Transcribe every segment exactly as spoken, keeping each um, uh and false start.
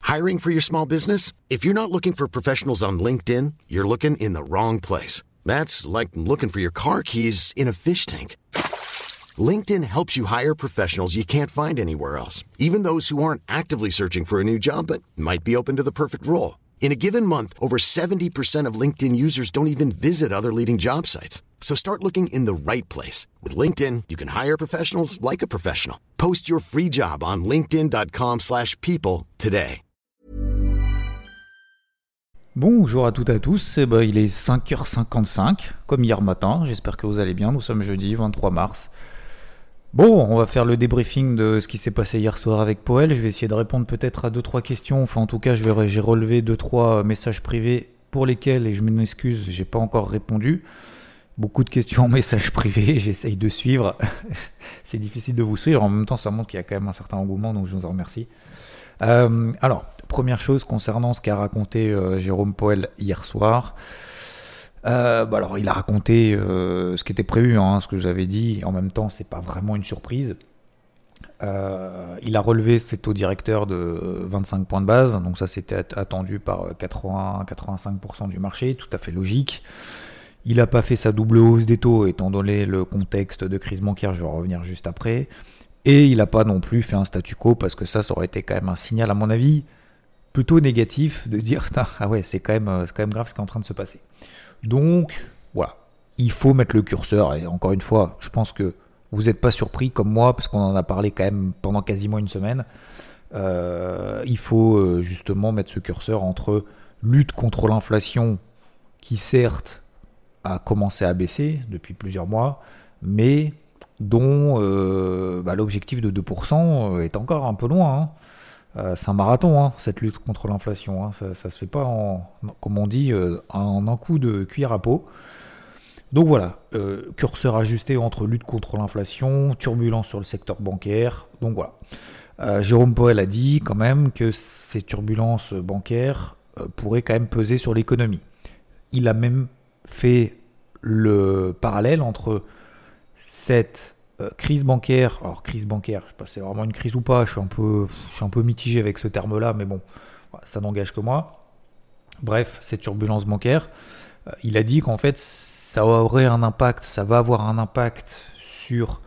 Hiring for your small business? If you're not looking for professionals on LinkedIn, you're looking in the wrong place. That's like looking for your car keys in a fish tank. LinkedIn helps you hire professionals you can't find anywhere else, even those who aren't actively searching for a new job but might be open to the perfect role. In a given month, over seventy percent of LinkedIn users don't even visit other leading job sites. So start looking in the right place. With LinkedIn, you can hire professionals like a professional. Post your free job on linkedin.com slash people today. Bonjour à toutes et à tous, eh ben, il est cinq heures cinquante-cinq, comme hier matin, j'espère que vous allez bien, nous sommes jeudi vingt-trois mars. Bon, on va faire le débriefing de ce qui s'est passé hier soir avec Poel, je vais essayer de répondre peut-être à deux trois questions, enfin en tout cas je vais, j'ai relevé deux trois messages privés pour lesquels, et je m'en excuse, j'ai pas encore répondu. Beaucoup de questions en message privé, j'essaye de suivre, c'est difficile de vous suivre, en même temps ça montre qu'il y a quand même un certain engouement, donc je vous en remercie. Euh, alors, première chose concernant ce qu'a raconté euh, Jérôme Poel hier soir. Euh, bah alors, il a raconté euh, ce qui était prévu, hein, ce que j'avais dit. En même temps, c'est pas vraiment une surprise. Euh, il a relevé ses taux directeurs de vingt-cinq points de base, donc ça c'était attendu par quatre-vingts à quatre-vingt-cinq pour cent du marché, tout à fait logique. Il n'a pas fait sa double hausse des taux, étant donné le contexte de crise bancaire, je vais en revenir juste après. Et il n'a pas non plus fait un statu quo, parce que ça, ça aurait été quand même un signal, à mon avis, plutôt négatif, de se dire, ah ouais, c'est quand même, c'est quand même grave ce qui est en train de se passer. Donc, voilà, il faut mettre le curseur, et encore une fois, je pense que vous n'êtes pas surpris comme moi, parce qu'on en a parlé quand même pendant quasiment une semaine. Euh, il faut euh, justement mettre ce curseur entre lutte contre l'inflation, qui certes a commencé à baisser depuis plusieurs mois, mais dont euh, bah, l'objectif de deux pour cent est encore un peu loin. Hein. Euh, c'est un marathon, hein, cette lutte contre l'inflation. Hein. Ça ne se fait pas, en, comme on dit, euh, en un coup de cuillère à peau. Donc voilà, euh, curseur ajusté entre lutte contre l'inflation, turbulence sur le secteur bancaire. Donc voilà. Euh, Jérôme Poel a dit quand même que ces turbulences bancaires euh, pourraient quand même peser sur l'économie. Il a même fait le parallèle entre cette euh, crise bancaire, alors crise bancaire, je ne sais pas si c'est vraiment une crise ou pas, je suis un peu, je suis un peu mitigé avec ce terme-là, mais bon, ça n'engage que moi. Bref, cette turbulence bancaire, euh, il a dit qu'en fait, ça aurait un impact, ça va avoir un impact sur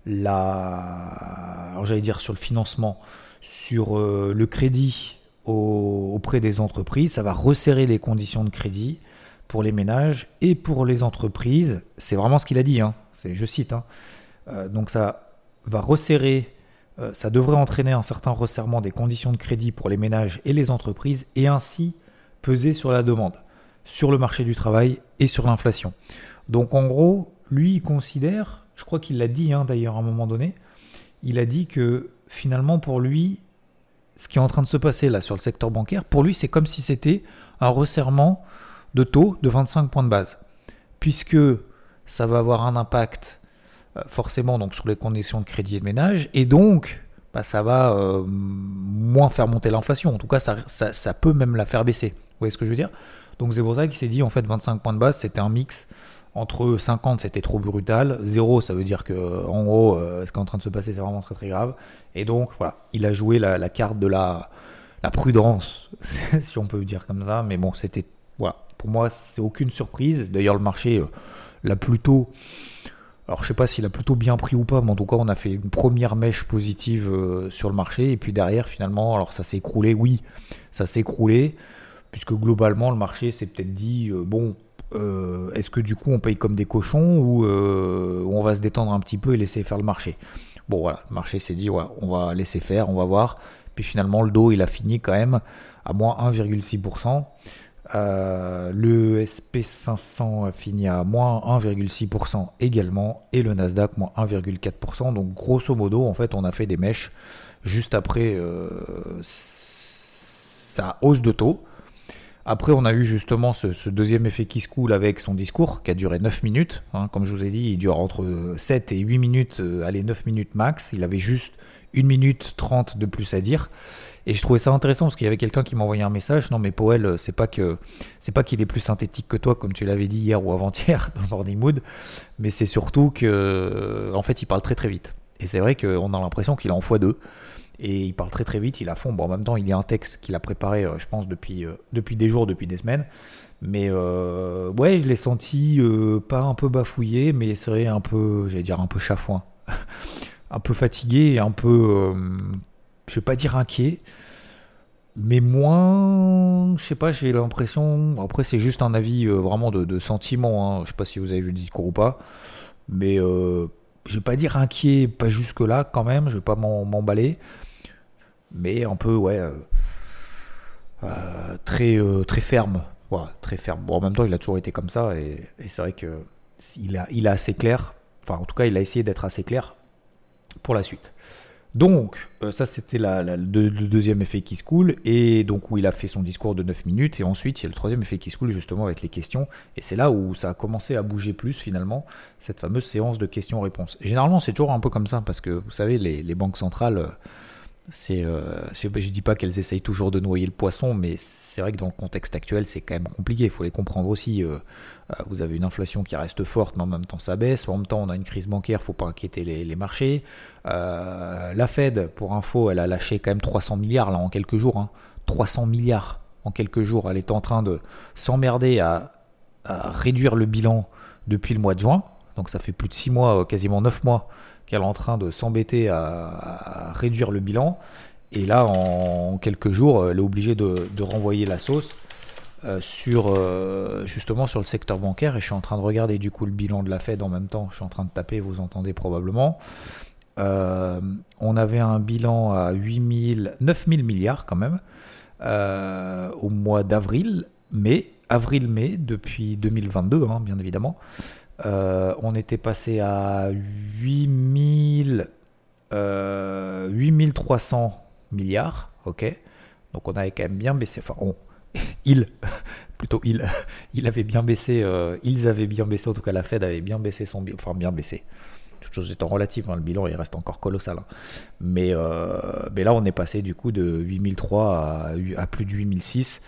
la, alors j'allais dire sur le financement, sur euh, le crédit au, auprès des entreprises, ça va resserrer les conditions de crédit pour les ménages et pour les entreprises. C'est vraiment ce qu'il a dit, hein. C'est, je cite. Hein. Euh, donc ça va resserrer, euh, ça devrait entraîner un certain resserrement des conditions de crédit pour les ménages et les entreprises et ainsi peser sur la demande, sur le marché du travail et sur l'inflation. Donc en gros, lui il considère, je crois qu'il l'a dit hein, d'ailleurs à un moment donné, il a dit que finalement pour lui, ce qui est en train de se passer là sur le secteur bancaire, pour lui c'est comme si c'était un resserrement de taux de vingt-cinq points de base, puisque ça va avoir un impact euh, forcément donc, sur les conditions de crédit et de ménage, et donc bah, ça va euh, moins faire monter l'inflation, en tout cas ça, ça, ça peut même la faire baisser, vous voyez ce que je veux dire ? Donc c'est pour ça qu'il s'est dit en fait vingt-cinq points de base c'était un mix, entre cinquante c'était trop brutal, zéro ça veut dire que en gros euh, ce qui est en train de se passer c'est vraiment très très grave, et donc voilà, il a joué la, la carte de la, la prudence, si on peut dire comme ça, mais bon c'était, voilà. Pour moi, c'est aucune surprise. D'ailleurs, le marché euh, l'a plutôt... Alors, je ne sais pas s'il a plutôt bien pris ou pas, mais en tout cas, on a fait une première mèche positive euh, sur le marché. Et puis derrière, finalement, alors ça s'est écroulé. Oui, ça s'est écroulé, puisque globalement, le marché s'est peut-être dit, euh, bon, euh, est-ce que du coup, on paye comme des cochons ou euh, on va se détendre un petit peu et laisser faire le marché ? Bon, voilà, le marché s'est dit, ouais, on va laisser faire, on va voir. Puis finalement, le dos, il a fini quand même à moins un virgule six pour cent. Euh, le S and P cinq cents a fini à moins un virgule six pour cent également et le Nasdaq moins un virgule quatre pour cent. Donc grosso modo en fait on a fait des mèches juste après euh, sa hausse de taux. Après on a eu justement ce, ce deuxième effet qui se coule avec son discours qui a duré neuf minutes, hein, comme je vous ai dit il dure entre sept et huit minutes, euh, allez neuf minutes max, il avait juste une minute trente de plus à dire. Et je trouvais ça intéressant parce qu'il y avait quelqu'un qui m'a envoyé un message. Non mais Poel, c'est pas que c'est pas qu'il est plus synthétique que toi comme tu l'avais dit hier ou avant-hier dans le Morning Mood, mais c'est surtout que en fait il parle très très vite. Et c'est vrai qu'on a l'impression qu'il est en fois deux. et il parle très très vite, il est à fond. Bon, en même temps, il y a un texte qu'il a préparé, euh, je pense, depuis, euh, depuis des jours, depuis des semaines. Mais euh, ouais, je l'ai senti euh, pas un peu bafouillé, mais c'est vrai un peu, j'allais dire un peu chafouin, un peu fatigué et un peu, euh, je vais pas dire inquiet, mais moins, je sais pas, j'ai l'impression, après c'est juste un avis euh, vraiment de, de sentiment, hein. Je sais pas si vous avez vu le discours ou pas, mais euh, je vais pas dire inquiet, pas jusque là quand même, je vais pas m'en- m'emballer, mais un peu ouais, euh, euh, très euh, très ferme, voilà, très ferme. Bon, en même temps, il a toujours été comme ça et, et c'est vrai que il a il est assez clair, enfin en tout cas, il a essayé d'être assez clair pour la suite. Donc, euh, ça c'était la- la- le, le deuxième effet qui se coule, et donc où il a fait son discours de neuf minutes, et ensuite il y a le troisième effet qui se coule justement avec les questions, et c'est là où ça a commencé à bouger plus finalement, cette fameuse séance de questions-réponses. Et généralement c'est toujours un peu comme ça, parce que vous savez, les, les banques centrales, euh, c'est, euh, je ne dis pas qu'elles essayent toujours de noyer le poisson, mais c'est vrai que dans le contexte actuel c'est quand même compliqué, il faut les comprendre aussi. euh, euh, vous avez une inflation qui reste forte, mais en même temps ça baisse. En même temps, on a une crise bancaire, faut pas inquiéter les, les marchés. Euh, la Fed, pour info, elle a lâché quand même trois cents milliards là en quelques jours. Hein. trois cents milliards en quelques jours. Elle est en train de s'emmerder à, à réduire le bilan depuis le mois de juin. Donc ça fait plus de six mois, euh, quasiment neuf mois, qu'elle est en train de s'embêter à, à réduire le bilan. Et là, en, en quelques jours, elle est obligée de, de renvoyer la sauce. Euh, sur euh, justement sur le secteur bancaire, et je suis en train de regarder du coup le bilan de la Fed en même temps, je suis en train de taper, vous entendez probablement. Euh, on avait un bilan à huit mille, neuf mille milliards quand même euh, au mois d'avril, mai, avril-mai depuis deux mille vingt-deux, hein, bien évidemment. Euh, on était passé à huit mille, euh, huit mille trois cents milliards, ok. Donc on avait quand même bien baissé, enfin on, il, plutôt il, il avait bien baissé, euh, ils avaient bien baissé, en tout cas la Fed avait bien baissé son bilan, enfin bien baissé. Toute chose étant relative, hein, le bilan il reste encore colossal. Hein. Mais, euh, mais là on est passé du coup de huit mille trois à, à plus de huit mille six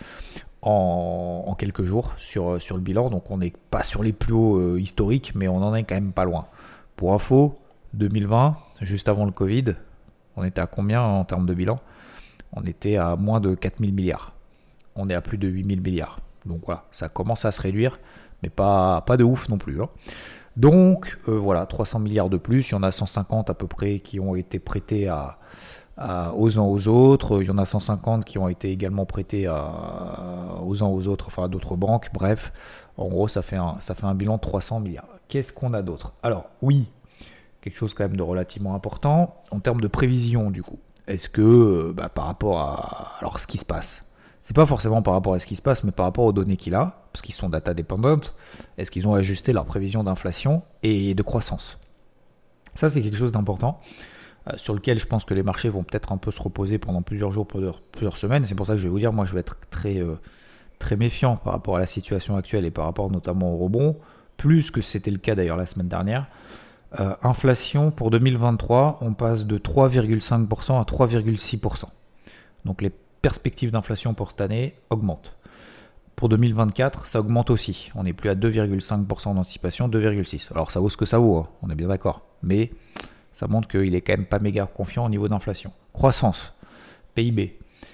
en, en quelques jours sur, sur le bilan. Donc on n'est pas sur les plus hauts euh, historiques, mais on en est quand même pas loin. Pour info, deux mille vingt, juste avant le Covid, on était à combien en termes de bilan? On était à moins de quatre mille milliards. On est à plus de huit mille milliards. Donc voilà, ça commence à se réduire, mais pas, pas de ouf non plus. Hein. Donc euh, voilà, trois cents milliards de plus, il y en a cent cinquante à peu près qui ont été prêtés à, à, aux uns aux autres, il y en a cent cinquante qui ont été également prêtés à, aux uns aux autres, enfin à d'autres banques, bref, en gros ça fait un, ça fait un bilan de trois cents milliards. Qu'est-ce qu'on a d'autre? Alors oui, quelque chose quand même de relativement important, en termes de prévision du coup. Est-ce que bah, par rapport à alors, ce qui se passe, c'est pas forcément par rapport à ce qui se passe, mais par rapport aux données qu'il a, parce qu'ils sont data dépendantes, est-ce qu'ils ont ajusté leurs prévisions d'inflation et de croissance? Ça, c'est quelque chose d'important, euh, sur lequel je pense que les marchés vont peut-être un peu se reposer pendant plusieurs jours, plusieurs, plusieurs semaines. C'est pour ça que je vais vous dire, moi, je vais être très, euh, très méfiant par rapport à la situation actuelle et par rapport notamment au rebond, plus que c'était le cas d'ailleurs la semaine dernière. Euh, inflation pour deux mille vingt-trois, on passe de trois virgule cinq pour cent à trois virgule six pour cent. Donc les perspectives d'inflation pour cette année augmentent. Pour deux mille vingt-quatre, ça augmente aussi. On n'est plus à deux virgule cinq pour cent d'anticipation, deux virgule six pour cent. Alors ça vaut ce que ça vaut, hein, on est bien d'accord. Mais ça montre qu'il est quand même pas méga confiant au niveau d'inflation. Croissance, P I B,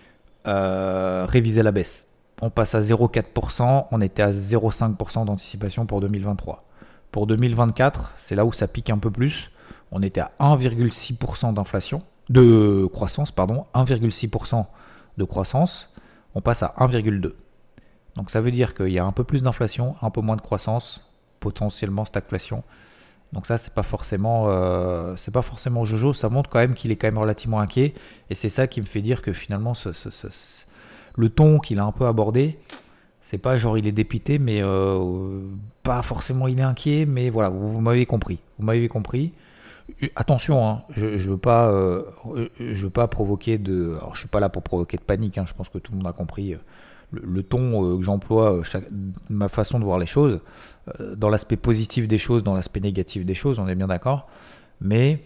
euh, révisé à la baisse. On passe à zéro virgule quatre pour cent, on était à zéro virgule cinq pour cent d'anticipation pour deux mille vingt-trois. Pour deux mille vingt-quatre, c'est là où ça pique un peu plus. On était à un virgule six pour cent d'inflation, de croissance, pardon, un virgule six pour cent de croissance. On passe à un virgule deux pour cent. Donc ça veut dire qu'il y a un peu plus d'inflation, un peu moins de croissance, potentiellement stagflation. Donc ça, c'est pas forcément, euh, c'est pas forcément Jojo. Ça montre quand même qu'il est quand même relativement inquiet. Et c'est ça qui me fait dire que finalement, ce, ce, ce, ce, le ton qu'il a un peu abordé, c'est pas genre il est dépité, mais euh, pas forcément il est inquiet. Mais voilà, vous, vous m'avez compris. Vous m'avez compris. Attention, hein, je, ne veux pas, euh, je veux pas provoquer de. Alors, je suis pas là pour provoquer de panique. Hein, je pense que tout le monde a compris. Euh, Le, le ton euh, que j'emploie, chaque, ma façon de voir les choses, euh, dans l'aspect positif des choses, dans l'aspect négatif des choses, on est bien d'accord. Mais,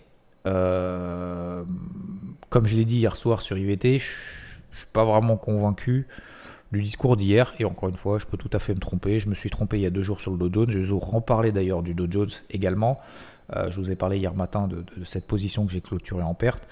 euh, comme je l'ai dit hier soir sur I V T, je ne suis pas vraiment convaincu du discours d'hier. Et encore une fois, je peux tout à fait me tromper. Je me suis trompé il y a deux jours sur le Dow Jones. Je vais vous reparler d'ailleurs du Dow Jones également. Euh, je vous ai parlé hier matin de, de, de cette position que j'ai clôturée en perte.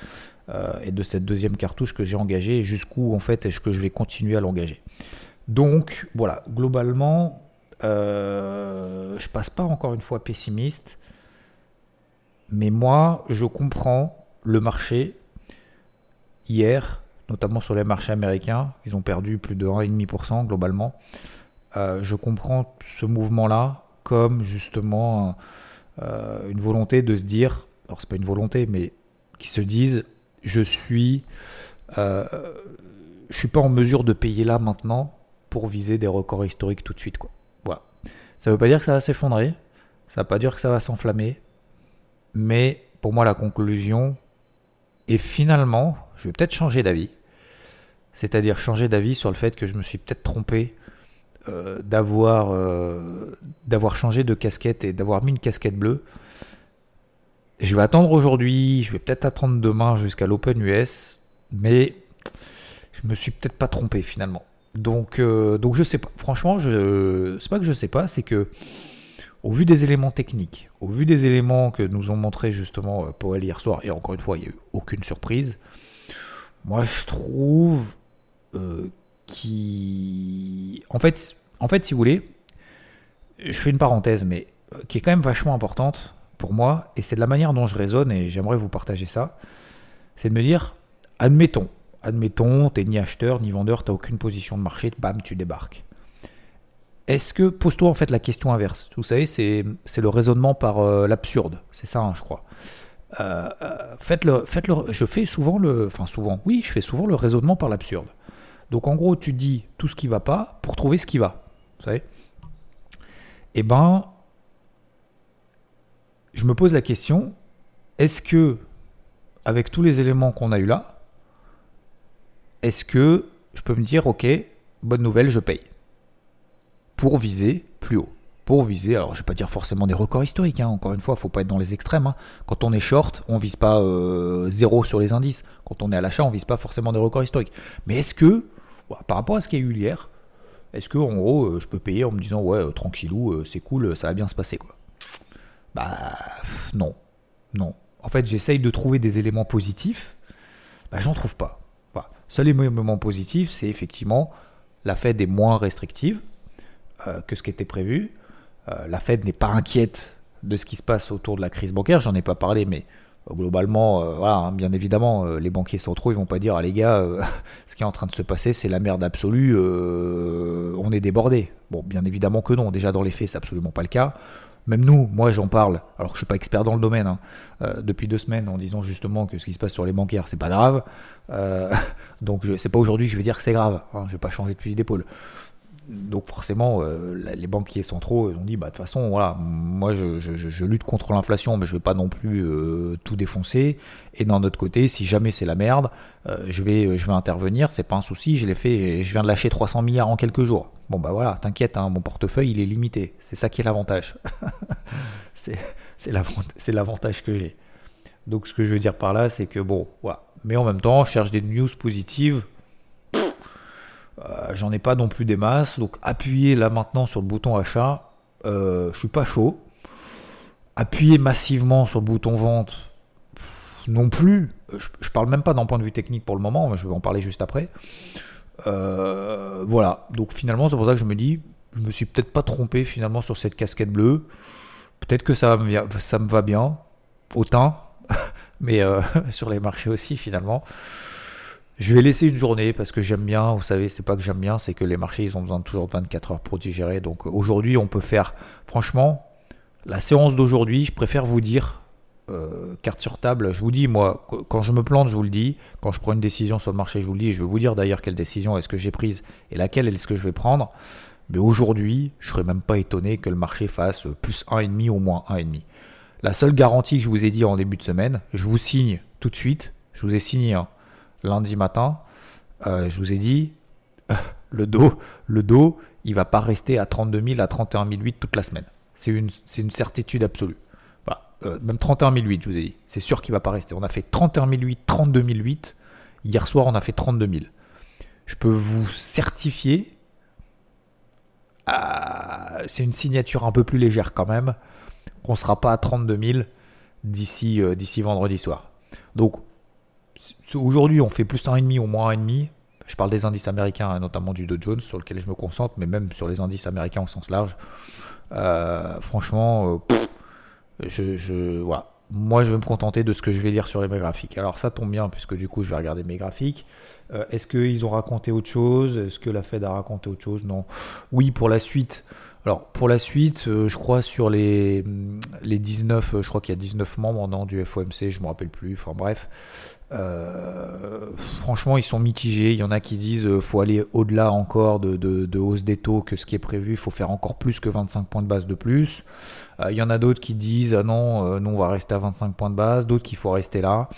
euh, et de cette deuxième cartouche que j'ai engagée et jusqu'où en fait est-ce que je vais continuer à l'engager. Donc voilà, globalement, euh, je passe pas encore une fois pessimiste, mais moi je comprends le marché. Hier, notamment sur les marchés américains, ils ont perdu plus de un virgule cinq pour cent globalement. Euh, je comprends ce mouvement-là comme justement euh, une volonté de se dire, alors c'est pas une volonté, mais qui se disent, je suis, euh, je suis pas en mesure de payer là maintenant pour viser des records historiques tout de suite, quoi. Voilà. Ça veut pas dire que ça va s'effondrer, ça veut pas dire que ça va s'enflammer, mais pour moi la conclusion est finalement, je vais peut-être changer d'avis, c'est-à-dire changer d'avis sur le fait que je me suis peut-être trompé Euh, d'avoir, euh, d'avoir changé de casquette et d'avoir mis une casquette bleue. Je vais attendre aujourd'hui, je vais peut-être attendre demain jusqu'à l'Open U S, mais je me suis peut-être pas trompé finalement. Donc, euh, donc je sais pas. Franchement, je, c'est pas que je sais pas, c'est que au vu des éléments techniques, au vu des éléments que nous ont montré justement euh, Powell hier soir, et encore une fois, il n'y a eu aucune surprise. Moi, je trouve euh, qui, en fait, en fait, si vous voulez, je fais une parenthèse, mais qui est quand même vachement importante pour moi, et c'est de la manière dont je raisonne, et j'aimerais vous partager ça, c'est de me dire, admettons, admettons, t'es ni acheteur ni vendeur, t'as aucune position de marché, bam, tu débarques. Est-ce que, pose-toi en fait la question inverse, vous savez, c'est, c'est le raisonnement par euh, l'absurde, c'est ça, hein, je crois. Euh, euh, faites-le, faites-le, je fais souvent le, enfin souvent, oui, je fais souvent le raisonnement par l'absurde. Donc en gros, tu dis tout ce qui va pas pour trouver ce qui va. Vous savez ? Eh ben, je me pose la question, est-ce que, avec tous les éléments qu'on a eu là, est-ce que je peux me dire, ok, bonne nouvelle, je paye. Pour viser plus haut. Pour viser, alors je ne vais pas dire forcément des records historiques, hein, encore une fois, il ne faut pas être dans les extrêmes. Hein. Quand on est short, on ne vise pas euh, zéro sur les indices. Quand on est à l'achat, on ne vise pas forcément des records historiques. Mais est-ce que, voilà, par rapport à ce qu'il y a eu hier, est-ce que en gros, euh, je peux payer en me disant, ouais, euh, tranquillou, euh, c'est cool, ça va bien se passer, quoi. Bah, pff, non. Non. En fait, j'essaye de trouver des éléments positifs. Bah, j'en trouve pas. Voilà. Seul élément positif, c'est effectivement la Fed est moins restrictive euh, que ce qui était prévu. Euh, la Fed n'est pas inquiète de ce qui se passe autour de la crise bancaire. J'en ai pas parlé, mais euh, globalement, euh, voilà, hein, bien évidemment, euh, les banquiers centraux, ils vont pas dire, ah les gars, euh, ce qui est en train de se passer, c'est la merde absolue. Euh, on est débordé. Bon, bien évidemment que non. Déjà dans les faits, c'est absolument pas le cas. Même nous, moi j'en parle, alors que je suis pas expert dans le domaine, hein, euh, depuis deux semaines en disant justement que ce qui se passe sur les bancaires, c'est pas grave. Euh, donc je, c'est pas aujourd'hui que je vais dire que c'est grave, hein, je vais pas changer de fusil d'épaule. Donc forcément, euh, les banquiers centraux ont dit, bah de toute façon, voilà, moi je, je, je lutte contre l'inflation, mais je vais pas non plus euh, tout défoncer. Et d'un autre côté, si jamais c'est la merde, euh, je vais, je vais intervenir, c'est pas un souci. Je l'ai fait, je viens de lâcher trois cents milliards en quelques jours. Bon bah voilà, t'inquiète, hein, mon portefeuille il est limité. C'est ça qui est l'avantage. c'est, c'est, c'est l'avantage que j'ai. Donc ce que je veux dire par là, c'est que bon, voilà. Mais en même temps, je cherche des news positives. Euh, j'en ai pas non plus des masses, donc appuyer là maintenant sur le bouton achat, euh, je suis pas chaud. Appuyer massivement sur le bouton vente, pff, non plus. Je, je parle même pas d'un point de vue technique pour le moment, mais je vais en parler juste après. Euh, voilà, donc finalement c'est pour ça que je me dis, je me suis peut-être pas trompé finalement sur cette casquette bleue. Peut-être que ça, ça me va bien, au teint, mais euh, sur les marchés aussi finalement. Je vais laisser une journée parce que j'aime bien, vous savez, c'est pas que j'aime bien, c'est que les marchés ils ont besoin de toujours de vingt-quatre heures pour digérer. Donc aujourd'hui on peut faire, franchement, la séance d'aujourd'hui, je préfère vous dire, euh, carte sur table, je vous dis moi, quand je me plante je vous le dis, quand je prends une décision sur le marché je vous le dis, et je vais vous dire d'ailleurs quelle décision est-ce que j'ai prise et laquelle est-ce que je vais prendre. Mais aujourd'hui, je serais même pas étonné que le marché fasse plus un virgule cinq ou moins un virgule cinq. La seule garantie que je vous ai dit en début de semaine, je vous signe tout de suite, je vous ai signé hein, lundi matin, euh, je vous ai dit, euh, le dos, le dos, il va pas rester à trente-deux mille, à trente et un mille huit toute la semaine. C'est une, c'est une certitude absolue. Voilà. Euh, même trente et un mille huit, je vous ai dit, c'est sûr qu'il va pas rester. On a fait trente et un mille huit, trente-deux mille huit. Hier soir, on a fait trente-deux mille. Je peux vous certifier, euh, c'est une signature un peu plus légère quand même, qu'on ne sera pas à trente-deux mille d'ici, euh, d'ici vendredi soir. Donc, aujourd'hui, on fait plus un virgule cinq ou moins un virgule cinq. Je parle des indices américains, notamment du Dow Jones, sur lequel je me concentre, mais même sur les indices américains au sens large. Euh, franchement, euh, pff, je, je, voilà. Moi, je vais me contenter de ce que je vais lire sur les graphiques. Alors, ça tombe bien, puisque du coup, je vais regarder mes graphiques. Euh, est-ce qu'ils ont raconté autre chose? Est-ce que la Fed a raconté autre chose? Non. Oui, pour la suite. Alors, pour la suite, euh, je crois sur les, les dix-neuf, euh, je crois qu'il y a dix-neuf membres non, du F O M C, je ne me rappelle plus. Enfin, bref. Euh, franchement, ils sont mitigés. Il y en a qui disent qu'il euh, faut aller au-delà encore de, de, de hausse des taux que ce qui est prévu. Il faut faire encore plus que vingt-cinq points de base de plus. Euh, il y en a d'autres qui disent ah non, euh, nous on va rester à vingt-cinq points de base. D'autres qu'il faut rester là.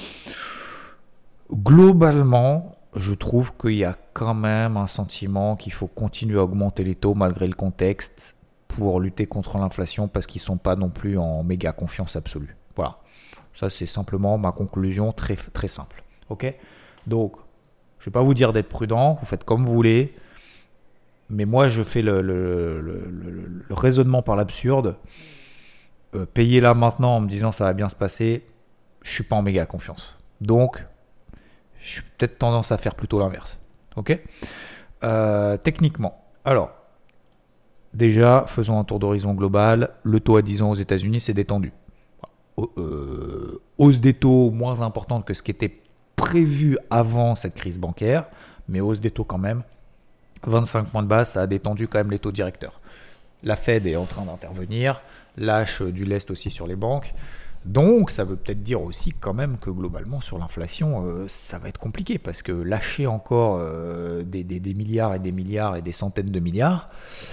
Globalement, je trouve qu'il y a quand même un sentiment qu'il faut continuer à augmenter les taux malgré le contexte pour lutter contre l'inflation parce qu'ils ne sont pas non plus en méga confiance absolue. Voilà. Ça, c'est simplement ma conclusion très, très simple. Ok ? Donc, je ne vais pas vous dire d'être prudent, vous faites comme vous voulez, mais moi, je fais le, le, le, le, le raisonnement par l'absurde. Euh, payer là maintenant en me disant ça va bien se passer, je ne suis pas en méga confiance. Donc, je suis peut-être tendance à faire plutôt l'inverse. Ok ? euh, Techniquement, alors, déjà, faisons un tour d'horizon global. Le taux à dix ans aux États-Unis s'est détendu. Euh, hausse des taux moins importante que ce qui était prévu avant cette crise bancaire, mais hausse des taux quand même. vingt-cinq points de base, ça a détendu quand même les taux directeurs. La Fed est en train d'intervenir, lâche du lest aussi sur les banques. Donc ça veut peut-être dire aussi quand même que globalement sur l'inflation, euh, ça va être compliqué parce que lâcher encore euh, des, des, des milliards et des milliards et des centaines de milliards,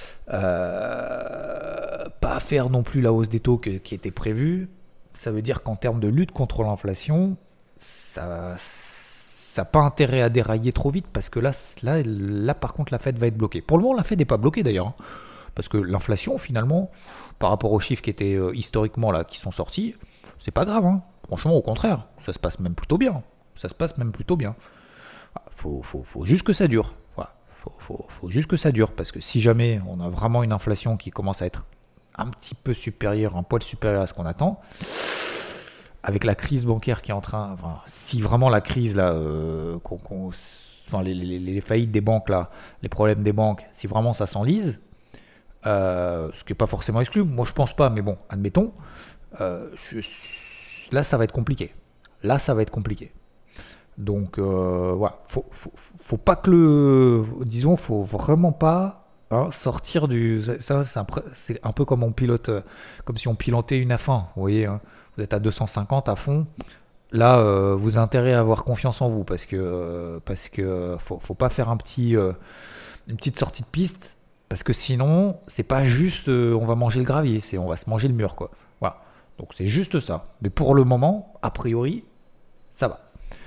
euh, pas faire non plus la hausse des taux que, qui était prévue, ça veut dire qu'en termes de lutte contre l'inflation, ça n'a pas intérêt à dérailler trop vite parce que là, là, là, par contre, la Fed va être bloquée. Pour le moment, la Fed n'est pas bloquée d'ailleurs. Hein, parce que l'inflation, finalement, par rapport aux chiffres qui étaient euh, historiquement là, qui sont sortis, c'est pas grave. Hein. Franchement, au contraire, ça se passe même plutôt bien. Ça se passe même plutôt bien. Faut, faut, faut juste que ça dure. Voilà. Faut, faut, faut juste que ça dure parce que si jamais on a vraiment une inflation qui commence à être un petit peu supérieur, un poil supérieur à ce qu'on attend, avec la crise bancaire qui est en train, enfin, si vraiment la crise là, euh, qu'on, qu'on, enfin les, les, les faillites des banques là, les problèmes des banques, si vraiment ça s'enlise, euh, ce qui n'est pas forcément exclu, moi je pense pas, mais bon, admettons, euh, je, là ça va être compliqué, là ça va être compliqué. Donc euh, voilà, faut, faut, faut pas que le, disons, faut vraiment pas Hein, sortir du, ça c'est un, c'est un peu comme on pilote, comme si on pilotait une F un. Vous voyez, hein, vous êtes à deux cent cinquante à fond. Là, euh, vous avez intérêt à avoir confiance en vous parce que euh, parce que faut, faut pas faire un petit, euh, une petite sortie de piste parce que sinon c'est pas juste, euh, on va manger le gravier, c'est on va se manger le mur quoi. Voilà. Donc c'est juste ça. Mais pour le moment, a priori, ça va.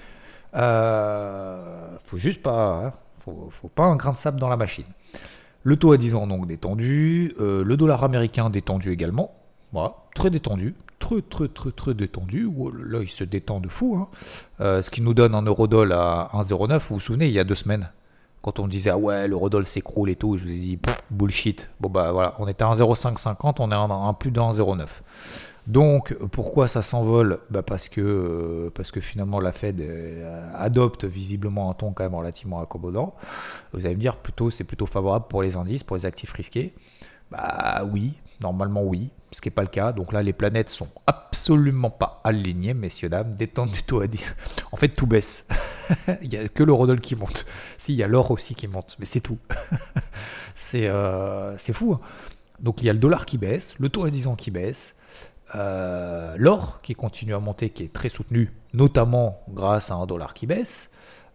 Euh, faut juste pas, hein, faut, faut pas un grain de sable dans la machine. Le taux à dix ans donc détendu, euh, le dollar américain détendu également, voilà, très détendu, très très très très détendu, oh, là il se détend de fou, hein. euh, ce qui nous donne un euro-dollar à un virgule zéro neuf, vous vous souvenez, il y a deux semaines, quand on disait ah ouais l'euro-dollar s'écroule et tout, je vous ai dit pff, bullshit, bon bah voilà, on était à un virgule zéro cinq cinquante, on est à un, un plus d'un virgule zéro neuf. Donc pourquoi ça s'envole bah parce que euh, parce que finalement la Fed euh, adopte visiblement un ton quand même relativement accommodant. Vous allez me dire plutôt c'est plutôt favorable pour les indices, pour les actifs risqués. Bah oui, normalement oui, ce qui n'est pas le cas. Donc là les planètes sont absolument pas alignées, messieurs dames, détente du taux à dix. En fait tout baisse. Il n'y a que l'eurodoll qui monte. Si, il y a l'or aussi qui monte, mais c'est tout. c'est euh, c'est fou. Hein. Donc il y a le dollar qui baisse, le taux à dix ans qui baisse. Euh, l'or qui continue à monter, qui est très soutenu, notamment grâce à un dollar qui baisse,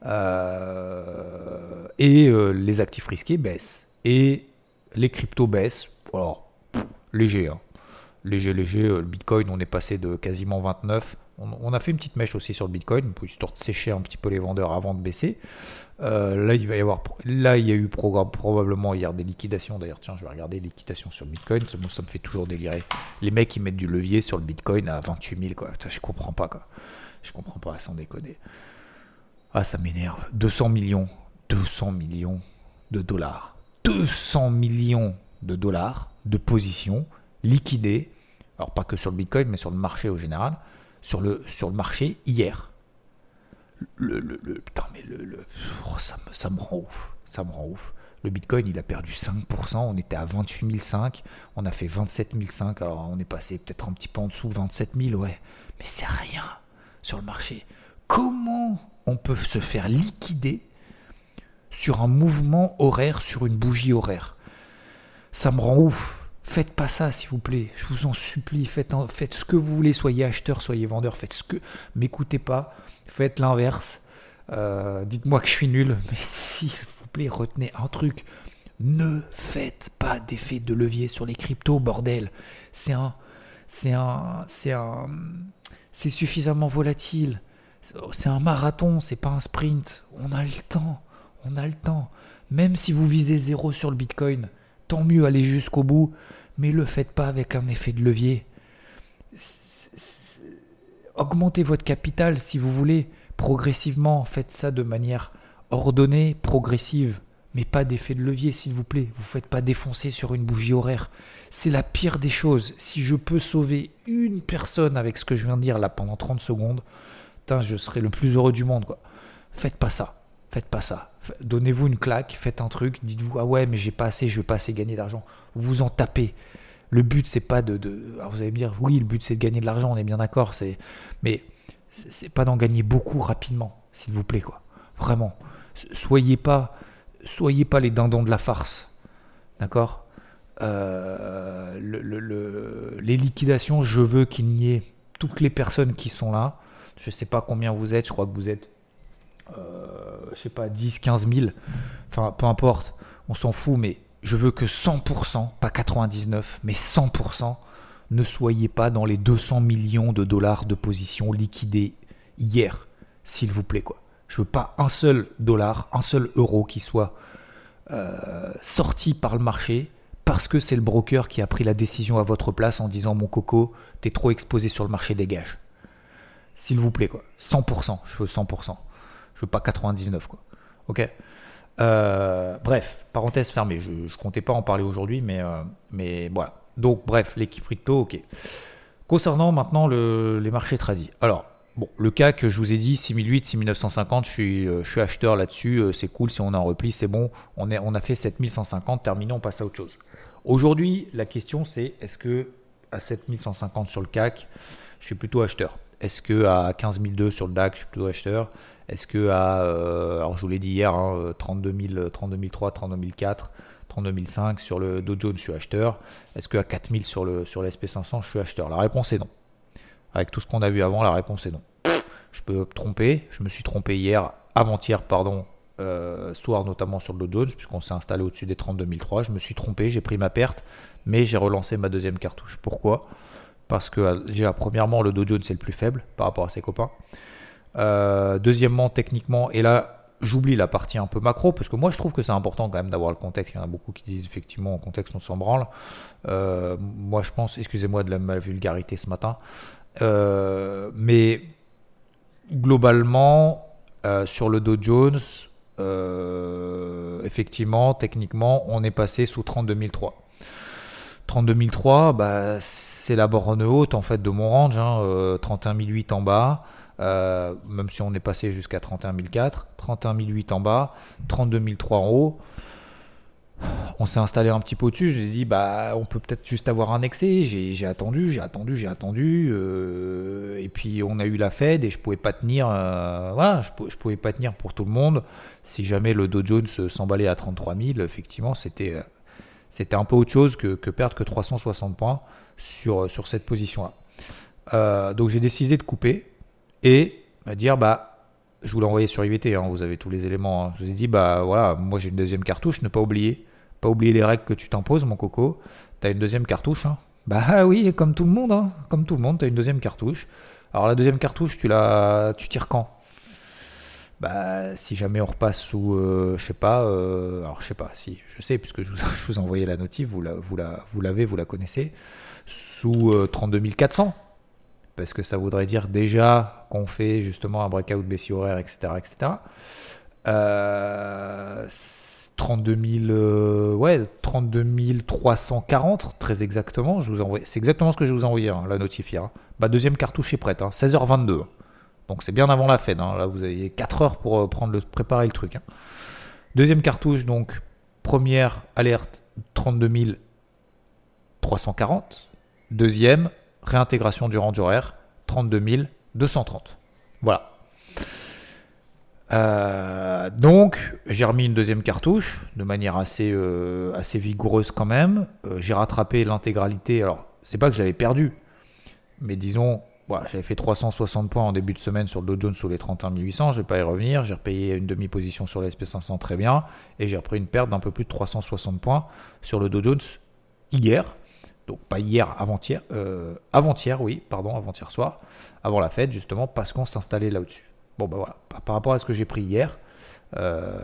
euh, et euh, les actifs risqués baissent, et les cryptos baissent, alors pff, léger, hein. léger, léger, le Bitcoin on est passé de quasiment vingt-neuf, on, on a fait une petite mèche aussi sur le Bitcoin, histoire de sécher un petit peu les vendeurs avant de baisser. Euh, là, il va y avoir, là, il y a eu programme, probablement hier des liquidations. D'ailleurs, tiens, je vais regarder les liquidations sur le Bitcoin. Ça, ça me fait toujours délirer. Les mecs, ils mettent du levier sur le Bitcoin à vingt-huit mille, quoi. Putain, je comprends pas, quoi. Je comprends pas, sans déconner. Ah, ça m'énerve. deux cents millions. deux cents millions de dollars. deux cents millions de dollars de positions liquidées. Alors, pas que sur le Bitcoin, mais sur le marché au général. Sur le, sur le marché hier. Le, le, le, putain, mais le, le oh, ça, me, ça me rend ouf. Ça me rend ouf. Le Bitcoin, il a perdu cinq pour cent. On était à vingt-huit mille cinq. On a fait vingt-sept mille cinq. Alors, on est passé peut-être un petit peu en dessous, vingt-sept mille, ouais. Mais c'est rien sur le marché. Comment on peut se faire liquider sur un mouvement horaire, sur une bougie horaire? Ça me rend ouf. Faites pas ça, s'il vous plaît. Je vous en supplie. Faites, en, faites ce que vous voulez. Soyez acheteur, soyez vendeur. Faites ce que... M'écoutez pas. Faites l'inverse. Euh, dites-moi que je suis nul. Mais s'il vous plaît, retenez un truc. Ne faites pas d'effet de levier sur les cryptos, bordel. C'est un... C'est un... C'est un... C'est suffisamment volatile. C'est un marathon, c'est pas un sprint. On a le temps. On a le temps. Même si vous visez zéro sur le Bitcoin, tant mieux, allez jusqu'au bout. Mais le faites pas avec un effet de levier. C'est, c'est, augmentez votre capital si vous voulez, progressivement. Faites ça de manière ordonnée, progressive. Mais pas d'effet de levier, s'il vous plaît. Vous ne faites pas défoncer sur une bougie horaire. C'est la pire des choses. Si je peux sauver une personne avec ce que je viens de dire là pendant trente secondes, putain, je serai le plus heureux du monde, quoi. Faites pas ça. Faites pas ça. Donnez-vous une claque, faites un truc, dites-vous ah ouais mais j'ai pas assez, je vais pas assez gagner d'argent. Vous en tapez. Le but c'est pas de, de... Alors vous allez me dire oui le but c'est de gagner de l'argent, on est bien d'accord, c'est... mais c'est, c'est pas d'en gagner beaucoup rapidement, s'il vous plaît quoi. Vraiment. Soyez pas, soyez pas les dindons de la farce, d'accord. Euh, le, le, le... Les liquidations, je veux qu'il n'y ait toutes les personnes qui sont là. Je sais pas combien vous êtes, je crois que vous êtes Euh, je sais pas, dix, quinze mille, enfin peu importe, on s'en fout, mais je veux que cent pour cent, pas quatre-vingt-dix-neuf, mais cent pour cent ne soyez pas dans les deux cents millions de dollars de positions liquidées hier, s'il vous plaît quoi. Je veux pas un seul dollar, un seul euro qui soit euh, sorti par le marché parce que c'est le broker qui a pris la décision à votre place en disant mon coco, t'es trop exposé sur le marché, dégage. S'il vous plaît quoi, cent pour cent, je veux cent pour cent. Je veux pas quatre-vingt-dix-neuf quoi. Ok. Euh, bref, parenthèse fermée. Je, ne comptais pas en parler aujourd'hui, mais, euh, mais voilà. Donc bref, l'équipe crypto, ok. Concernant maintenant le, les marchés tradis. Alors, bon, le C A C, je vous ai dit, six mille huit, six mille neuf cent cinquante, je suis, euh, je suis acheteur là-dessus. Euh, c'est cool, si on a un repli, c'est bon. On, est, on a fait sept mille cent cinquante, terminé, on passe à autre chose. Aujourd'hui, la question c'est, est-ce que à sept mille cent cinquante sur le C A C, je suis plutôt acheteur? Est-ce que à quinze mille deux sur le D A X, je suis plutôt acheteur? Est-ce que à, euh, alors je vous l'ai dit hier, hein, trente-deux mille, trente-deux mille trois, trente-deux mille quatre, trente-deux mille cinq sur le Dow Jones, je suis acheteur. Est-ce qu'à quatre mille sur le sur l'S and P cinq cents, je suis acheteur? La réponse est non. Avec tout ce qu'on a vu avant, la réponse est non. Je peux me tromper. Je me suis trompé hier, avant-hier, pardon, euh, soir notamment sur le Dow Jones, puisqu'on s'est installé au-dessus des trente-deux mille trois. Je me suis trompé, j'ai pris ma perte, mais j'ai relancé ma deuxième cartouche. Pourquoi? Parce que déjà, premièrement, le Dow Jones c'est le plus faible par rapport à ses copains. Euh, deuxièmement, techniquement, et là j'oublie la partie un peu macro parce que moi je trouve que c'est important quand même d'avoir le contexte. Il y en a beaucoup qui disent effectivement en contexte on s'en branle. Euh, moi je pense, excusez-moi de la ma vulgarité ce matin, euh, mais globalement euh, sur le Dow Jones, euh, effectivement, techniquement, on est passé sous trente-deux mille trois. trente-deux mille trois, bah, c'est la borne haute en fait de mon range, hein, euh, trente et un mille huit en bas. Euh, même si on est passé jusqu'à trente et un mille quatre, trente et un mille huit en bas, trente-deux mille trois en haut, on s'est installé un petit peu au-dessus. Je me suis dit bah on peut peut-être juste avoir un excès. J'ai, j'ai attendu, j'ai attendu, j'ai attendu, euh, et puis on a eu la Fed et je pouvais pas tenir. Euh, voilà, je, je pouvais pas tenir pour tout le monde. Si jamais le Dow Jones s'emballait à trente-trois mille, effectivement, c'était c'était un peu autre chose que, que perdre que trois cent soixante points sur sur cette position-là. Euh, donc j'ai décidé de couper. Et me dire, bah, je vous l'ai envoyé sur I V T, hein, vous avez tous les éléments. Hein. Je vous ai dit, bah voilà, moi j'ai une deuxième cartouche, ne pas oublier. Pas oublier les règles que tu t'imposes, mon coco. T'as une deuxième cartouche. Hein. Bah oui, comme tout le monde, hein. Comme tout le monde, t'as une deuxième cartouche. Alors la deuxième cartouche, tu la, tu tires quand? Bah si jamais on repasse sous, euh, je sais pas, euh, alors je sais pas, si, je sais, puisque je vous, je vous ai envoyé la notif, vous, la, vous, la, vous l'avez, vous la connaissez, sous euh, trente-deux mille quatre cents. Parce que ça voudrait dire déjà qu'on fait justement un breakout baissier horaire, et cetera, et cetera. Euh, trente-deux mille, euh, ouais, trente-deux mille trois cent quarante, très exactement. Je vous envoie, c'est exactement ce que je vous ai envoyé, hein, la notifier. Hein. Bah, deuxième cartouche est prête, hein, seize heures vingt-deux. Donc c'est bien avant la Fed. Hein. Là, vous avez quatre heures pour euh, prendre le, préparer le truc. Hein. Deuxième cartouche, donc première alerte trente-deux mille trois cent quarante. Deuxième, réintégration du range horaire trente-deux mille deux cent trente. Voilà. Euh, donc j'ai remis une deuxième cartouche de manière assez, euh, assez vigoureuse quand même. Euh, j'ai rattrapé l'intégralité. Alors c'est pas que j'avais perdu, mais disons, voilà, j'avais fait trois cent soixante points en début de semaine sur le Dow Jones sous les trente et un mille huit cents. Je vais pas y revenir. J'ai repayé une demi-position sur le S and P cinq cents très bien, et j'ai repris une perte d'un peu plus de trois cent soixante points sur le Dow Jones hier. Donc pas hier, avant-hier, euh, avant-hier, oui, pardon, avant-hier soir, avant la Fed justement, parce qu'on s'installait là au-dessus. Bon ben voilà, par rapport à ce que j'ai pris hier, euh,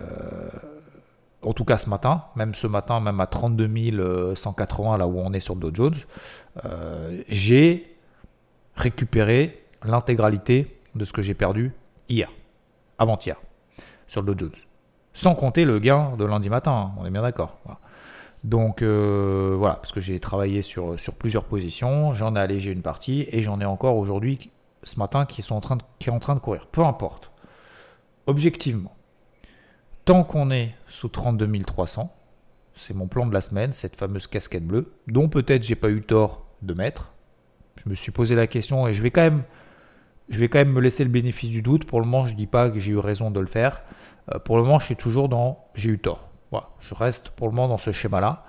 en tout cas ce matin, même ce matin, même à trente-deux mille cent quatre-vingts, là où on est sur le Dow Jones, euh, j'ai récupéré l'intégralité de ce que j'ai perdu hier, avant-hier, sur le Dow Jones. Sans compter le gain de lundi matin, hein, on est bien d'accord. Voilà. Donc euh, voilà, parce que j'ai travaillé sur, sur plusieurs positions, j'en ai allégé une partie et j'en ai encore aujourd'hui, ce matin, qui, sont en train de, qui est en train de courir. Peu importe. Objectivement, tant qu'on est sous trente-deux mille trois cents, c'est mon plan de la semaine, cette fameuse casquette bleue, dont peut-être j'ai pas eu tort de mettre. Je me suis posé la question et je vais quand même, je vais quand même me laisser le bénéfice du doute. Pour le moment, je ne dis pas que j'ai eu raison de le faire. Euh, pour le moment, je suis toujours dans j'ai eu tort. Voilà, je reste pour le moment dans ce schéma-là.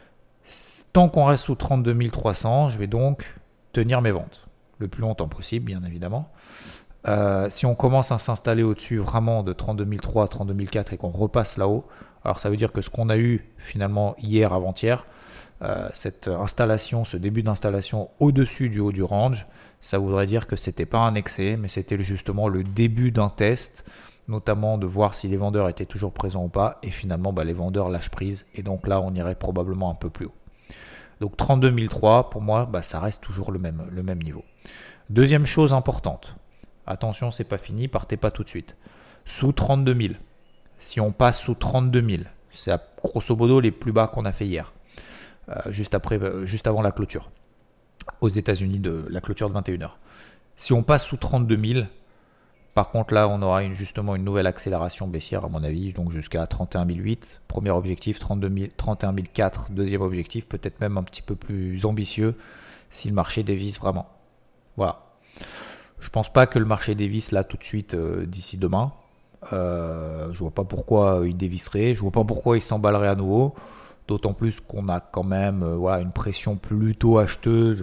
Tant qu'on reste sous trente-deux mille trois cents, je vais donc tenir mes ventes le plus longtemps possible, bien évidemment. Euh, si on commence à s'installer au-dessus vraiment de trente-deux mille trois, trente-deux mille quatre et qu'on repasse là-haut, alors ça veut dire que ce qu'on a eu finalement hier, avant-hier, euh, cette installation, ce début d'installation au-dessus du haut du range, ça voudrait dire que c'était pas un excès, mais c'était justement le début d'un test, notamment de voir si les vendeurs étaient toujours présents ou pas, et finalement bah, les vendeurs lâchent prise, et donc là on irait probablement un peu plus haut. Donc trente-deux mille trois, pour moi, bah, ça reste toujours le même, le même niveau. Deuxième chose importante, attention, c'est pas fini, partez pas tout de suite. Sous trente-deux mille, si on passe sous trente-deux mille, c'est à, grosso modo les plus bas qu'on a fait hier, euh, juste, après, euh, juste avant la clôture, aux États-Unis, de la clôture de vingt et une heures. Si on passe sous trente-deux mille, par contre là on aura une, justement une nouvelle accélération baissière à mon avis, donc jusqu'à trente et un mille huit, premier objectif, trente-deux mille, trente et un mille quatre, deuxième objectif, peut-être même un petit peu plus ambitieux si le marché dévisse vraiment. Voilà. Je pense pas que le marché dévisse là tout de suite euh, d'ici demain. Euh, je vois pas pourquoi il dévisserait, je vois pas pourquoi il s'emballerait à nouveau, d'autant plus qu'on a quand même euh, voilà, une pression plutôt acheteuse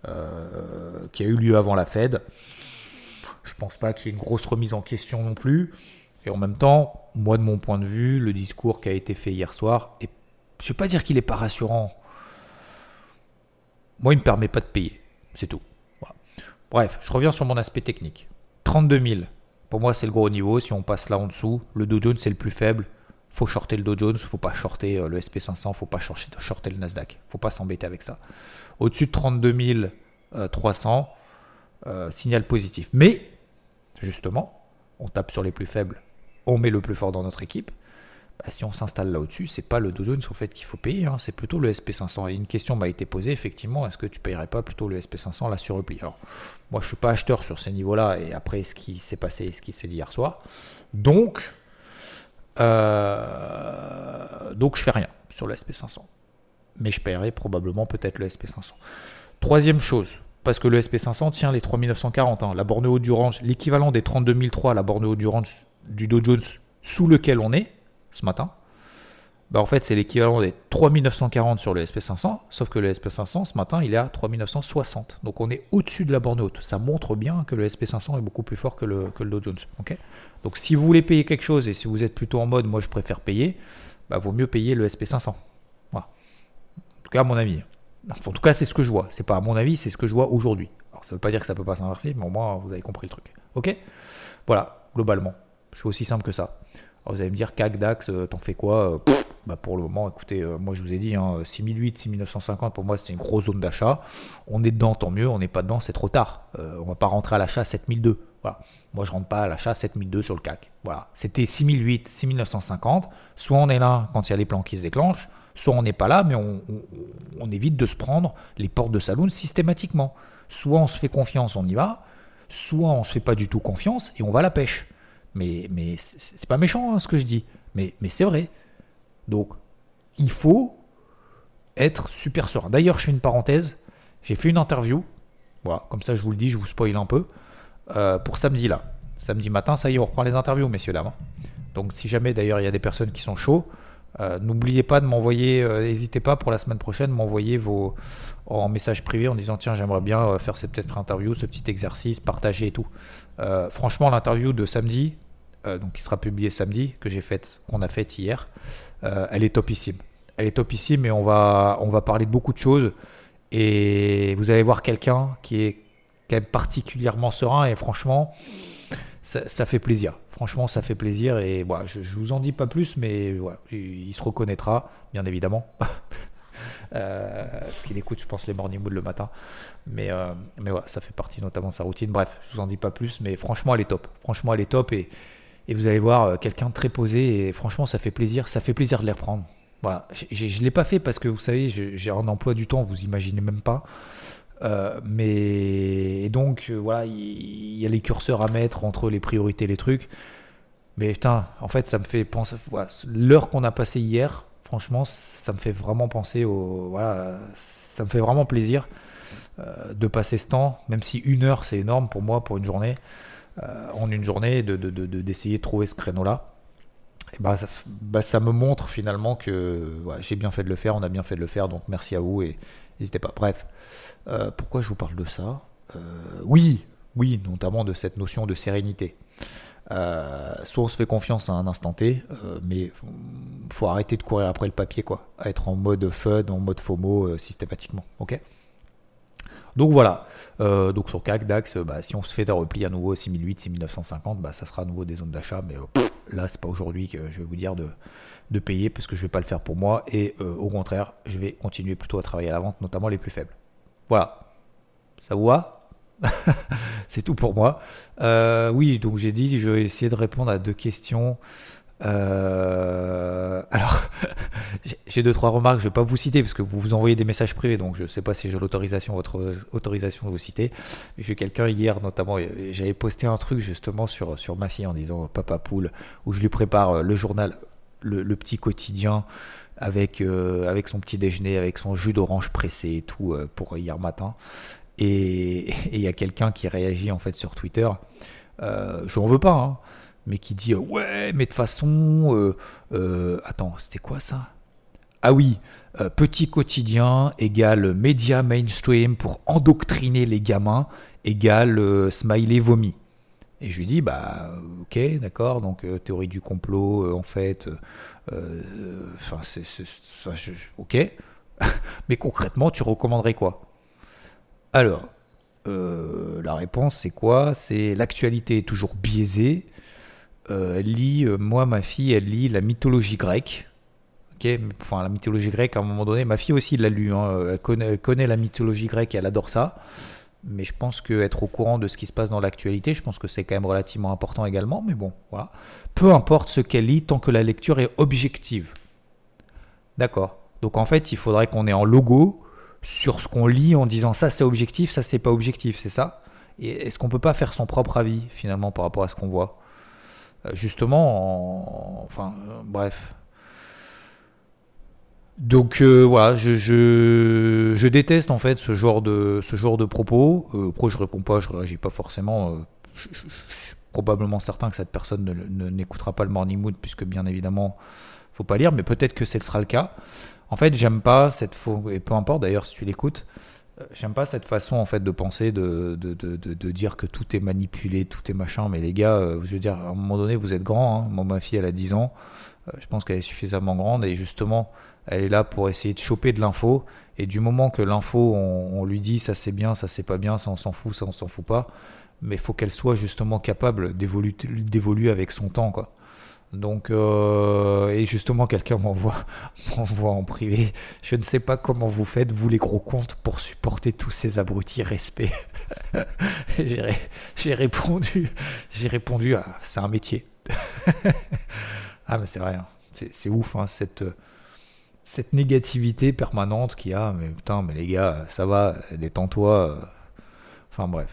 euh, qui a eu lieu avant la Fed. Je pense pas qu'il y ait une grosse remise en question non plus. Et en même temps, moi de mon point de vue, le discours qui a été fait hier soir, et je ne vais pas dire qu'il n'est pas rassurant. Moi, il ne me permet pas de payer. C'est tout. Voilà. Bref, je reviens sur mon aspect technique. trente-deux mille, pour moi, c'est le gros niveau. Si on passe là en dessous, le Dow Jones, c'est le plus faible. Il faut shorter le Dow Jones, il ne faut pas shorter le S and P cinq cents, il ne faut pas shorter le Nasdaq. Il ne faut pas s'embêter avec ça. Au-dessus de trente-deux mille trois cents, euh, signal positif. Mais justement, on tape sur les plus faibles, on met le plus fort dans notre équipe. Bah, si on s'installe là au-dessus, c'est pas le Dow Jones au fait qu'il faut payer, hein, c'est plutôt le S and P cinq cents. Et une question m'a été posée, effectivement, est-ce que tu payerais pas plutôt le S and P cinq cents là sur repli? Alors, moi je suis pas acheteur sur ces niveaux-là, et après ce qui s'est passé, ce qui s'est dit hier soir, donc, euh, donc je fais rien sur le S and P cinq cents. Mais je paierai probablement peut-être le S and P cinq cents. Troisième chose, parce que le S and P cinq cents tient les trois mille neuf cent quarante, hein, la borne haute du range, l'équivalent des trente-deux mille trois, la borne haute du range du Dow Jones sous lequel on est ce matin, bah en fait c'est l'équivalent des trois mille neuf cent quarante sur le S and P cinq cents, sauf que le S and P cinq cents ce matin il est à trois mille neuf cent soixante, donc on est au-dessus de la borne haute. Ça montre bien que le S and P cinq cents est beaucoup plus fort que le, que le Dow Jones. Okay, donc si vous voulez payer quelque chose et si vous êtes plutôt en mode moi je préfère payer, bah vaut mieux payer le S and P cinq cents. Voilà. En tout cas à mon avis. En tout cas, c'est ce que je vois. C'est pas à mon avis, c'est ce que je vois aujourd'hui. Alors, ça veut pas dire que ça peut pas s'inverser, mais au moins, vous avez compris le truc. Ok ? Voilà, globalement. Je suis aussi simple que ça. Alors, vous allez me dire, C A C, DAX, euh, t'en fais quoi ? euh, pff, bah, pour le moment, écoutez, euh, moi je vous ai dit, hein, six mille huit, six mille neuf cent cinquante, pour moi, c'était une grosse zone d'achat. On est dedans, tant mieux. On n'est pas dedans, c'est trop tard. Euh, on va pas rentrer à l'achat à sept mille deux. Voilà. Moi, je rentre pas à l'achat à sept mille deux sur le C A C. Voilà. C'était six mille huit, six mille neuf cent cinquante. Soit on est là quand il y a les plans qui se déclenchent, soit on n'est pas là, mais on, on, on évite de se prendre les portes de saloon systématiquement. Soit on se fait confiance, on y va, soit on se fait pas du tout confiance et on va à la pêche. Mais, mais c'est, c'est pas méchant hein, ce que je dis, mais, mais c'est vrai. Donc, il faut être super serein. D'ailleurs, je fais une parenthèse, j'ai fait une interview, voilà, comme ça je vous le dis, je vous spoil un peu, euh, pour samedi là. Samedi matin, ça y est, on reprend les interviews, messieurs, dames. Donc si jamais d'ailleurs il y a des personnes qui sont chauds, euh, n'oubliez pas de m'envoyer, euh, n'hésitez pas pour la semaine prochaine, m'envoyer vos en message privé en disant tiens j'aimerais bien euh, faire cette peut-être interview, ce petit exercice, partager et tout. Euh, franchement l'interview de samedi, euh, donc qui sera publiée samedi, que j'ai faite, qu'on a faite hier, euh, elle est topissime. Elle est topissime et on va, on va parler de beaucoup de choses et vous allez voir quelqu'un qui est quand même particulièrement serein et franchement ça, ça fait plaisir. Franchement, ça fait plaisir et voilà, je, je vous en dis pas plus, mais voilà, il, il se reconnaîtra, bien évidemment. euh, parce qu'il écoute, je pense, les morning mood le matin. Mais, euh, mais voilà, ça fait partie notamment de sa routine. Bref, je vous en dis pas plus, mais franchement, elle est top. Franchement, elle est top et, et vous allez voir euh, quelqu'un de très posé et franchement, ça fait plaisir. Ça fait plaisir de les reprendre. Voilà, j'ai, je ne l'ai pas fait parce que vous savez, j'ai, j'ai un emploi du temps, vous imaginez même pas. Euh, mais et donc euh, voilà, il y, y a les curseurs à mettre entre les priorités et les trucs. Mais putain, en fait, ça me fait penser. Voilà, l'heure qu'on a passée hier, franchement, ça me fait vraiment penser au. Voilà, ça me fait vraiment plaisir euh, de passer ce temps, même si une heure c'est énorme pour moi, pour une journée, euh, en une journée, de, de, de, de- d'essayer de trouver ce créneau-là. Et bah, ça, bah, ça me montre finalement que voilà, j'ai bien fait de le faire, on a bien fait de le faire, donc merci à vous et n'hésitez pas. Bref, euh, pourquoi je vous parle de ça Euh, Oui, oui, notamment de cette notion de sérénité. Euh, soit on se fait confiance à un instant T, euh, mais faut arrêter de courir après le papier, quoi. À être en mode fun, en mode FOMO euh, systématiquement, ok. Donc voilà, euh, donc sur C A C, DAX, euh, bah, si on se fait des replis à nouveau six mille huit, six mille neuf cent cinquante, bah, ça sera à nouveau des zones d'achat, mais euh, pff, là c'est pas aujourd'hui que je vais vous dire de, de payer, parce que je vais pas le faire pour moi, et euh, au contraire, je vais continuer plutôt à travailler à la vente, notamment les plus faibles. Voilà, ça vous va? C'est tout pour moi. Euh, oui, donc j'ai dit, je vais essayer de répondre à deux questions. Euh, alors, j'ai j'ai deux trois remarques. Je vais pas vous citer parce que vous vous envoyez des messages privés, donc je sais pas si j'ai l'autorisation, votre autorisation de vous citer. Mais j'ai quelqu'un hier, notamment, j'avais posté un truc justement sur sur ma fille en disant Papa Poule, où je lui prépare euh, le journal, le, le petit quotidien avec euh, avec son petit déjeuner, avec son jus d'orange pressé et tout euh, pour hier matin. Et il y a quelqu'un qui réagit en fait sur Twitter. Euh, je n'en veux pas, hein, mais qui dit euh, ouais, mais de toute façon, euh, euh, attends, c'était quoi ça? Ah oui, euh, petit quotidien égale média mainstream pour endoctriner les gamins égale euh, smiley vomi. Et je lui dis bah ok, d'accord, donc euh, théorie du complot, euh, en fait, euh, enfin c'est, c'est, c'est- je- je- ok, mais concrètement, tu recommanderais quoi? Alors, euh, la réponse, c'est quoi? C'est l'actualité est toujours biaisée. Euh, elle lit, euh, moi, ma fille, elle lit la mythologie grecque. Ok, mais, enfin, la mythologie grecque, à un moment donné, ma fille aussi l'a lu. Hein. Elle connaît, elle connaît la mythologie grecque, et elle adore ça. Mais je pense qu'être au courant de ce qui se passe dans l'actualité, je pense que c'est quand même relativement important également. Mais bon, voilà. Peu importe ce qu'elle lit, tant que la lecture est objective. D'accord. Donc en fait, il faudrait qu'on ait en logo sur ce qu'on lit en disant ça c'est objectif, ça c'est pas objectif, c'est ça. Et est-ce qu'on peut pas faire son propre avis finalement par rapport à ce qu'on voit? Euh, Justement, en- enfin, euh, bref. Donc euh, voilà, je, je, je déteste en fait ce genre de, ce genre de propos. Euh, après, je réponds pas, je réagis pas forcément. Euh, je, je- je suis probablement certain que cette personne ne, ne- n'écoutera pas le Morning Mood, puisque bien évidemment, faut pas lire, mais peut-être que ce sera le cas. En fait, j'aime pas cette faux, et peu importe d'ailleurs si tu l'écoutes, euh, j'aime pas cette façon en fait de penser, de, de, de, de, de dire que tout est manipulé, tout est machin. Mais les gars, euh, je veux dire, à un moment donné, vous êtes grands. Hein. Moi, ma fille, elle a dix ans. Euh, je pense qu'elle est suffisamment grande et justement, elle est là pour essayer de choper de l'info. Et du moment que l'info, on, on lui dit ça c'est bien, ça c'est pas bien, ça on s'en fout, ça on s'en fout pas. Mais il faut qu'elle soit justement capable d'évoluer, d'évoluer avec son temps, quoi. Donc, euh, et justement, quelqu'un m'envoie, m'envoie en privé. Je ne sais pas comment vous faites, vous les gros comptes, pour supporter tous ces abrutis. Respect. j'ai, ré- j'ai répondu, j'ai répondu, à, c'est un métier. Ah, mais c'est vrai, hein. c'est, c'est ouf, hein, cette, cette négativité permanente qu'il y a. Mais putain, mais les gars, ça va, détends-toi. Enfin bref.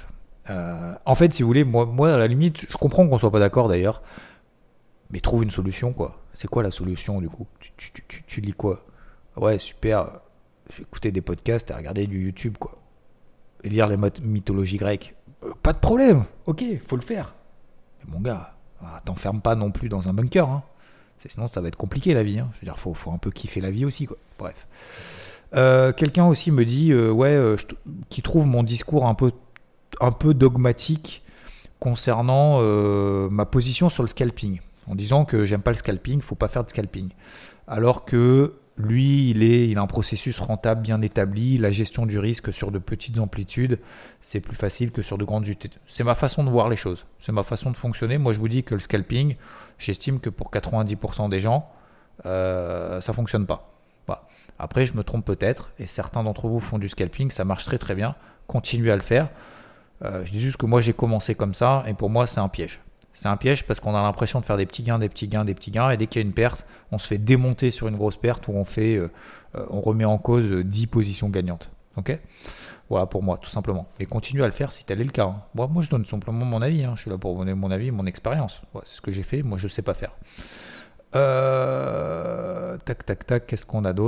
Euh, en fait, si vous voulez, moi, moi, à la limite, je comprends qu'on soit pas d'accord d'ailleurs, mais trouve une solution, quoi. C'est quoi la solution, du coup tu, tu, tu, tu lis quoi? Ouais, super, j'ai écouté des podcasts et regardé du YouTube, quoi. Et lire les mythologies grecques. Euh, pas de problème, ok, faut le faire. Mais mon gars, ah, t'enferme pas non plus dans un bunker, hein. C'est, sinon ça va être compliqué la vie, hein. Je veux dire, faut, faut un peu kiffer la vie aussi, quoi. Bref. Euh, quelqu'un aussi me dit, euh, ouais, euh, je, qui trouve mon discours un peu, un peu dogmatique concernant euh, ma position sur le scalping, en disant que j'aime pas le scalping, faut pas faire de scalping. Alors que lui, il, est, il a un processus rentable bien établi, la gestion du risque sur de petites amplitudes, c'est plus facile que sur de grandes unités. C'est ma façon de voir les choses, c'est ma façon de fonctionner. Moi, je vous dis que le scalping, j'estime que pour quatre-vingt-dix pour cent des gens, euh, ça fonctionne pas. Voilà. Après, je me trompe peut-être, et certains d'entre vous font du scalping, ça marche très très bien, continuez à le faire. Euh, je dis juste que moi, j'ai commencé comme ça, et pour moi, c'est un piège. C'est un piège parce qu'on a l'impression de faire des petits gains, des petits gains, des petits gains, et dès qu'il y a une perte, on se fait démonter sur une grosse perte où on fait, euh, on remet en cause dix positions gagnantes. Ok ? Voilà pour moi, tout simplement. Et continuez à le faire si tel est le cas. Hein. Bon, moi, je donne simplement mon avis. Hein. Je suis là pour donner mon avis, mon expérience. Ouais, c'est ce que j'ai fait. Moi, je sais pas faire. Euh... Tac, tac, tac. Qu'est-ce qu'on a d'autre ?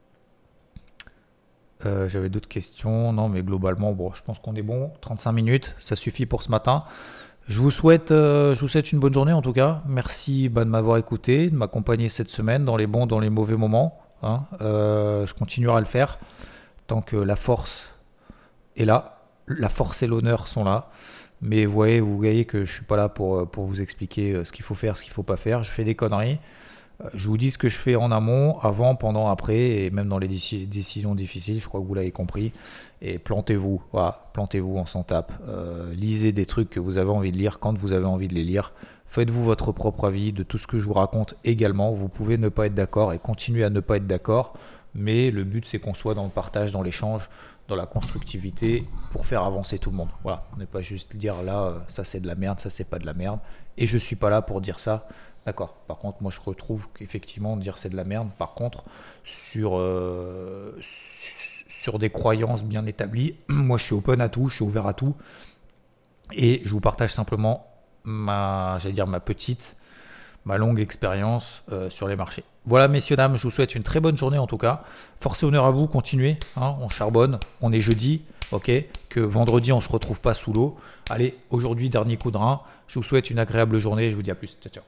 euh, J'avais d'autres questions. Non, mais globalement, bon, je pense qu'on est bon. trente-cinq minutes, ça suffit pour ce matin. Je vous souhaite, euh, je vous souhaite une bonne journée en tout cas. Merci bah, de m'avoir écouté, de m'accompagner cette semaine dans les bons, dans les mauvais moments. Hein. Euh, je continuerai à le faire tant que la force est là. La force et l'honneur sont là. Mais vous voyez, vous voyez que je suis pas là pour, pour vous expliquer ce qu'il faut faire, ce qu'il faut pas faire. Je fais des conneries. Je vous dis ce que je fais en amont, avant, pendant, après, et même dans les déci- décisions difficiles, je crois que vous l'avez compris. Et plantez-vous, voilà, plantez-vous, on s'en tape. Euh, lisez des trucs que vous avez envie de lire quand vous avez envie de les lire. Faites-vous votre propre avis de tout ce que je vous raconte également. Vous pouvez ne pas être d'accord et continuer à ne pas être d'accord, mais le but c'est qu'on soit dans le partage, dans l'échange, dans la constructivité pour faire avancer tout le monde. Voilà, on n'est pas juste dire là, ça c'est de la merde, ça c'est pas de la merde. Et je suis pas là pour dire ça. D'accord. Par contre, moi, je retrouve qu'effectivement, dire c'est de la merde. Par contre, sur, euh, sur des croyances bien établies, moi, je suis open à tout, je suis ouvert à tout. Et je vous partage simplement ma, j'allais dire ma petite, ma longue expérience euh, sur les marchés. Voilà, messieurs, dames, je vous souhaite une très bonne journée en tout cas. Force et honneur à vous, continuez. Hein, on charbonne. On est jeudi. Ok, que vendredi, on ne se retrouve pas sous l'eau. Allez, aujourd'hui, dernier coup de rein. Je vous souhaite une agréable journée et je vous dis à plus. Ciao, ciao.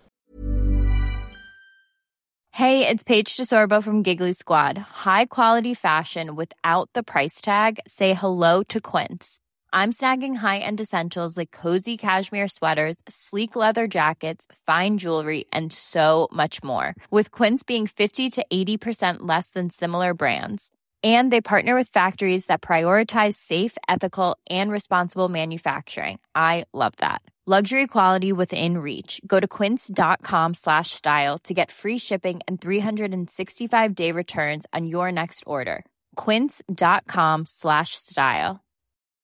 Hey, it's Paige DeSorbo from Giggly Squad. High quality fashion without the price tag. Say hello to Quince. I'm snagging high-end essentials like cozy cashmere sweaters, sleek leather jackets, fine jewelry, and so much more. With Quince being fifty to eighty percent less than similar brands. And they partner with factories that prioritize safe, ethical, and responsible manufacturing. I love that. Luxury quality within reach. Go to quince.com slash style to get free shipping and three sixty-five day returns on your next order. Quince.com slash style.